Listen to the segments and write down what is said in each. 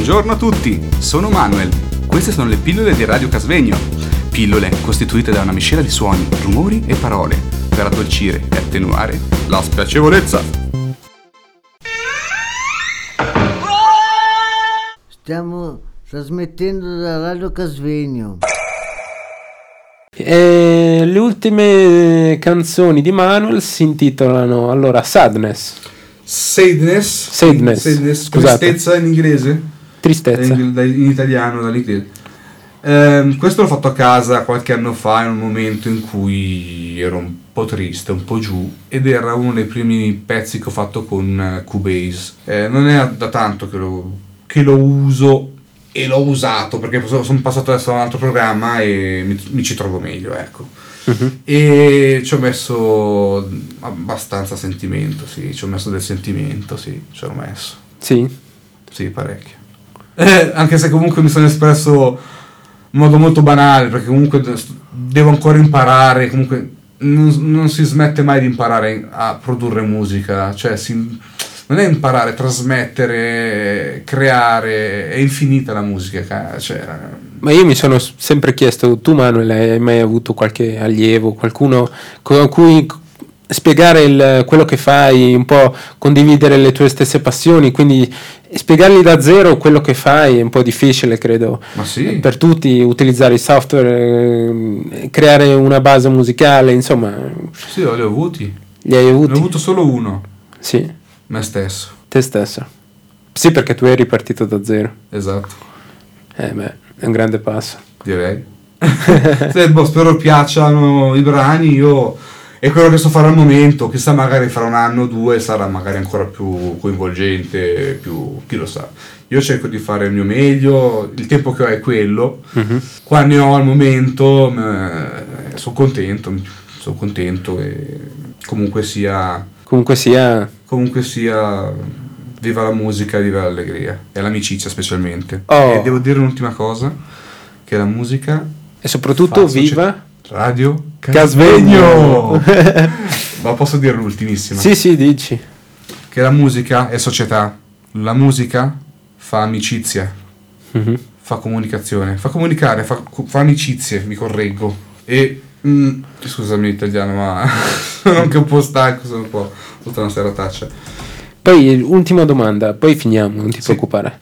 Buongiorno a tutti, sono Manuel. Queste sono le pillole di Radio Casvegno. Pillole costituite da una miscela di suoni, rumori e parole per addolcire e attenuare la spiacevolezza. Stiamo trasmettendo da Radio Casvegno. Le ultime canzoni di Manuel si intitolano allora Sadness, Sadness, tristezza in inglese? Tristezza. In italiano, dall'inglese. Questo l'ho fatto a casa qualche anno fa, in un momento in cui ero un po' triste, un po' giù, ed era uno dei primi pezzi che ho fatto con Cubase. Non è da tanto che lo uso, e l'ho usato perché sono passato adesso a un altro programma e mi ci trovo meglio, ecco. Uh-huh. E ci ho messo abbastanza sentimento, sì, ci ho messo del sentimento, sì, ci ho messo. Sì, parecchio. Anche se comunque mi sono espresso in modo molto banale, perché comunque devo ancora imparare, comunque non si smette mai di imparare a produrre musica, cioè non è imparare, trasmettere, creare, è infinita la musica, cioè. Ma io mi sono sempre chiesto, tu Manuel hai mai avuto qualche allievo, qualcuno con cui spiegare quello che fai, un po' condividere le tue stesse passioni, quindi spiegargli da zero quello che fai è un po' difficile, credo. Ma sì. Per tutti, utilizzare i software, creare una base musicale, insomma. Sì, li ho avuti. Li hai avuti? Ne ho avuto solo uno. Sì. Me stesso. Te stesso. Sì, perché tu eri partito da zero. Esatto. È un grande passo. Direi. Spero piacciono i brani, è quello che so fare al momento, chissà, magari fra un anno o due sarà magari ancora più coinvolgente, chi lo sa. Io cerco di fare il mio meglio, il tempo che ho è quello. Uh-huh. Qua ne ho al momento, sono contento e comunque sia, viva la musica, viva l'allegria e l'amicizia specialmente. E devo dire un'ultima cosa, che la musica e soprattutto viva Radio Casvegno. Ma posso dire l'ultimissima? Sì, dici. Che la musica è società, la musica fa amicizia, uh-huh. Fa comunicazione, fa comunicare, fa amicizie, mi correggo. E scusami l'italiano, ma sono anche un po' stanco, sono un po' tutta una serataccia. Poi ultima domanda, poi finiamo, non ti preoccupare.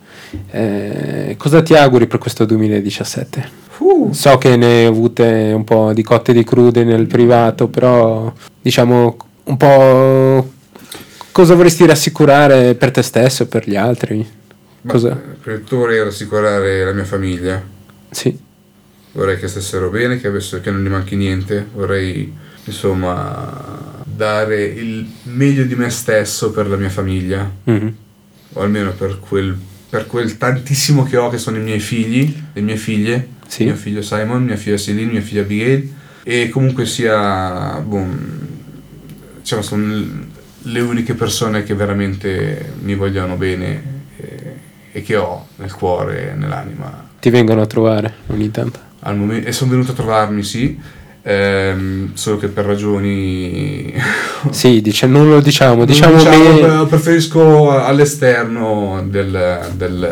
Cosa ti auguri per questo 2017? So che ne hai avute un po' di cotte e di crude nel privato, però diciamo un po' cosa vorresti rassicurare per te stesso e per gli altri? Prima di tutto vorrei rassicurare la mia famiglia. Sì. Vorrei che stessero bene, che non gli manchi niente. Vorrei, insomma, dare il meglio di me stesso per la mia famiglia. Mm-hmm. O almeno per quel tantissimo che ho, che sono i miei figli, le mie figlie. Sì. Mio figlio Simon, mia figlia Celine, mia figlia Abigail. E comunque sia, diciamo, sono le uniche persone che veramente mi vogliono bene e che ho nel cuore e nell'anima. Ti vengono a trovare ogni tanto? Al momento, e sono venuto a trovarmi, sì, solo che per ragioni sì, non lo diciamo preferisco all'esterno del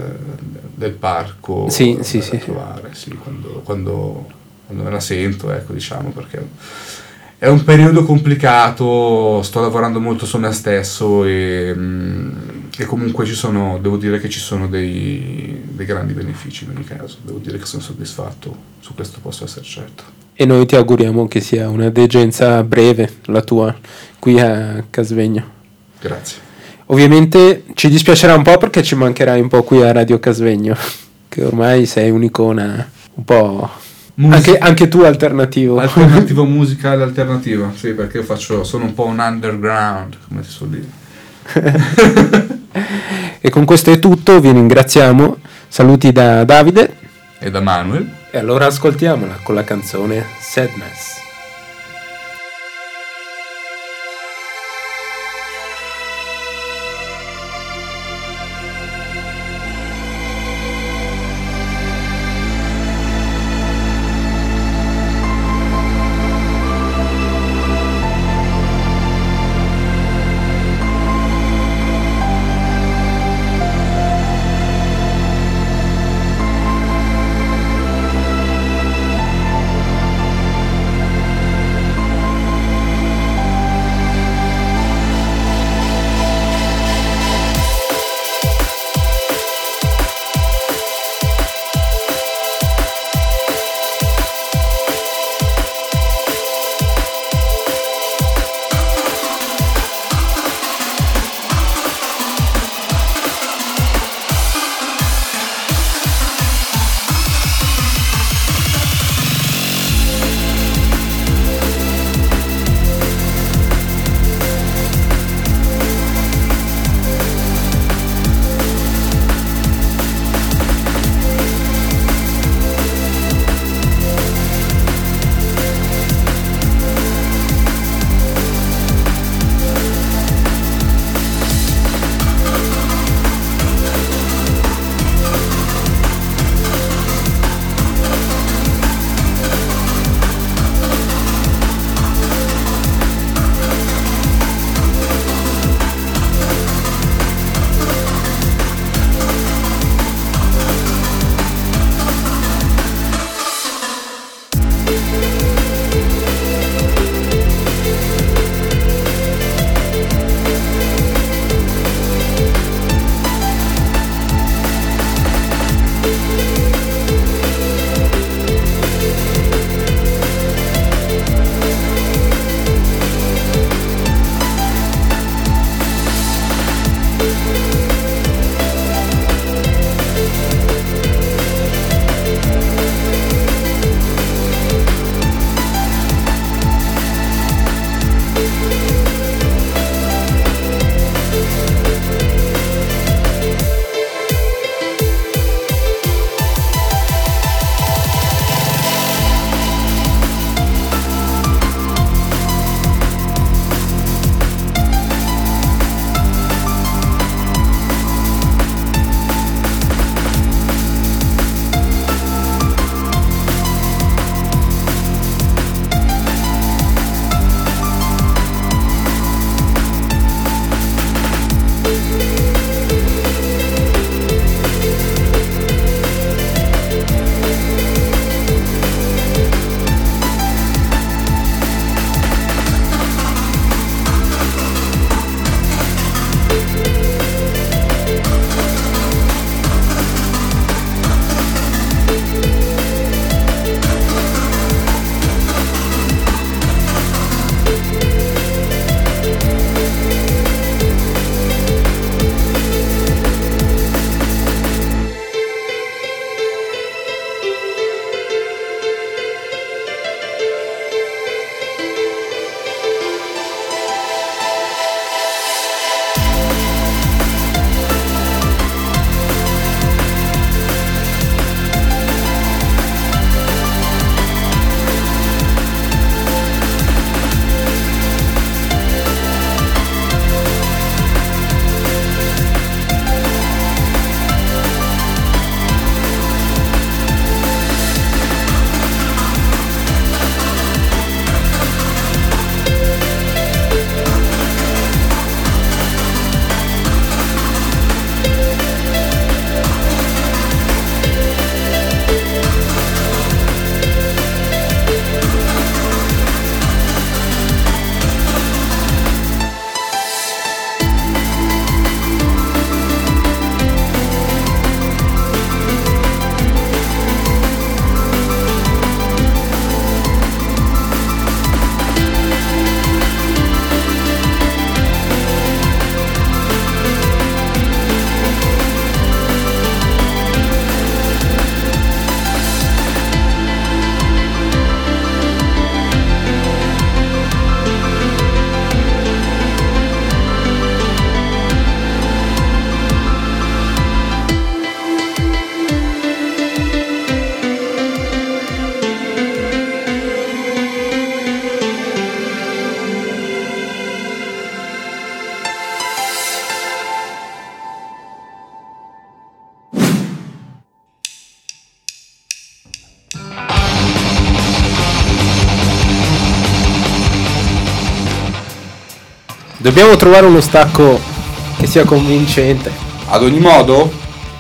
parco. Sì. Trovare, sì, quando me la sento, ecco, diciamo, perché è un periodo complicato, sto lavorando molto su me stesso e comunque devo dire che ci sono dei grandi benefici in ogni caso, devo dire che sono soddisfatto, su questo posso essere certo. E noi ti auguriamo che sia una degenza breve, la tua, qui a Casvegno. Grazie. Ovviamente ci dispiacerà un po' perché ci mancherai un po' qui a Radio Casvegno, che ormai sei un'icona un po'... Anche tu alternativo musicale alternativa, sì, perché sono un po' un underground, come si suol dire. E con questo è tutto, vi ringraziamo, saluti da Davide e da Manuel, e allora ascoltiamola con la canzone Sadness. Dobbiamo trovare uno stacco che sia convincente. Ad ogni modo,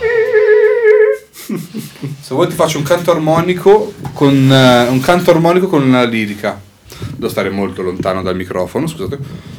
se vuoi ti faccio un canto armonico con una lirica. Devo stare molto lontano dal microfono, scusate.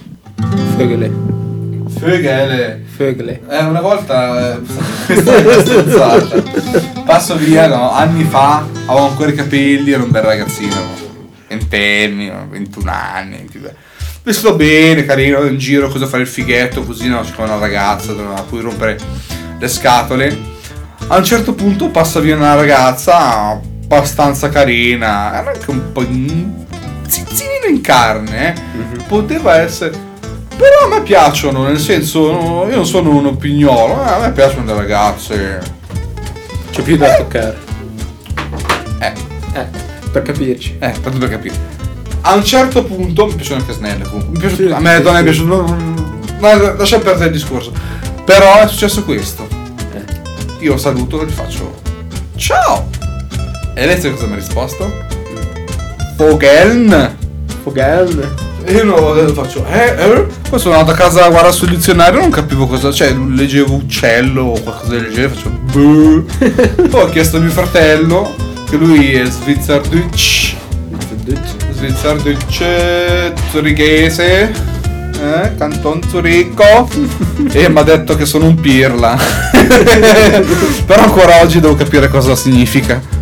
Fögele. Una volta questa è una stronzata. Passo via, no, anni fa, avevo ancora i capelli, ero un bel ragazzino, 20 anni, 21 anni, 22. Vestito bene, carino, in giro, cosa fare il fighetto, così, no, c'è una ragazza, a cui rompere le scatole. A un certo punto passa via una ragazza abbastanza carina, era anche un po' zizzino in carne, poteva essere. Però a me piacciono, nel senso, io non sono un opiniolo, a me piacciono le ragazze. C'è più da toccare. Per capirci. Tanto per capire. A un certo punto, mi piacciono anche snelle comunque. A me le donne piacciono. Lascia perdere il discorso. Però è successo questo. Io saluto e gli faccio ciao. E lei sa cosa mi ha risposto? Fogeln. E io lo faccio poi sono andato a casa a guardare sul dizionario, non capivo cosa, cioè leggevo uccello o qualcosa del genere, faccio buh. Poi ho chiesto a mio fratello, che lui è svizzerdeutsch zurighese, Canton Zurigo, e mi ha detto che sono un pirla. Però ancora oggi devo capire cosa significa.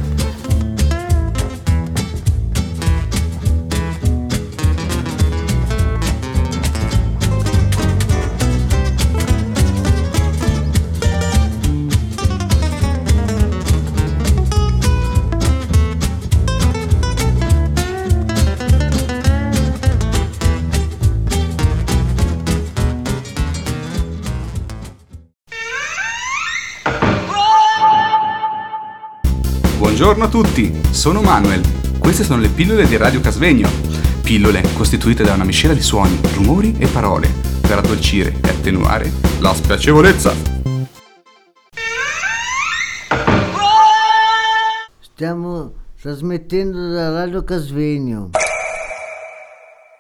Buongiorno a tutti, sono Manuel. Queste sono le pillole di Radio Casvegno. Pillole costituite da una miscela di suoni, rumori e parole per addolcire e attenuare la spiacevolezza. Stiamo trasmettendo da Radio Casvegno.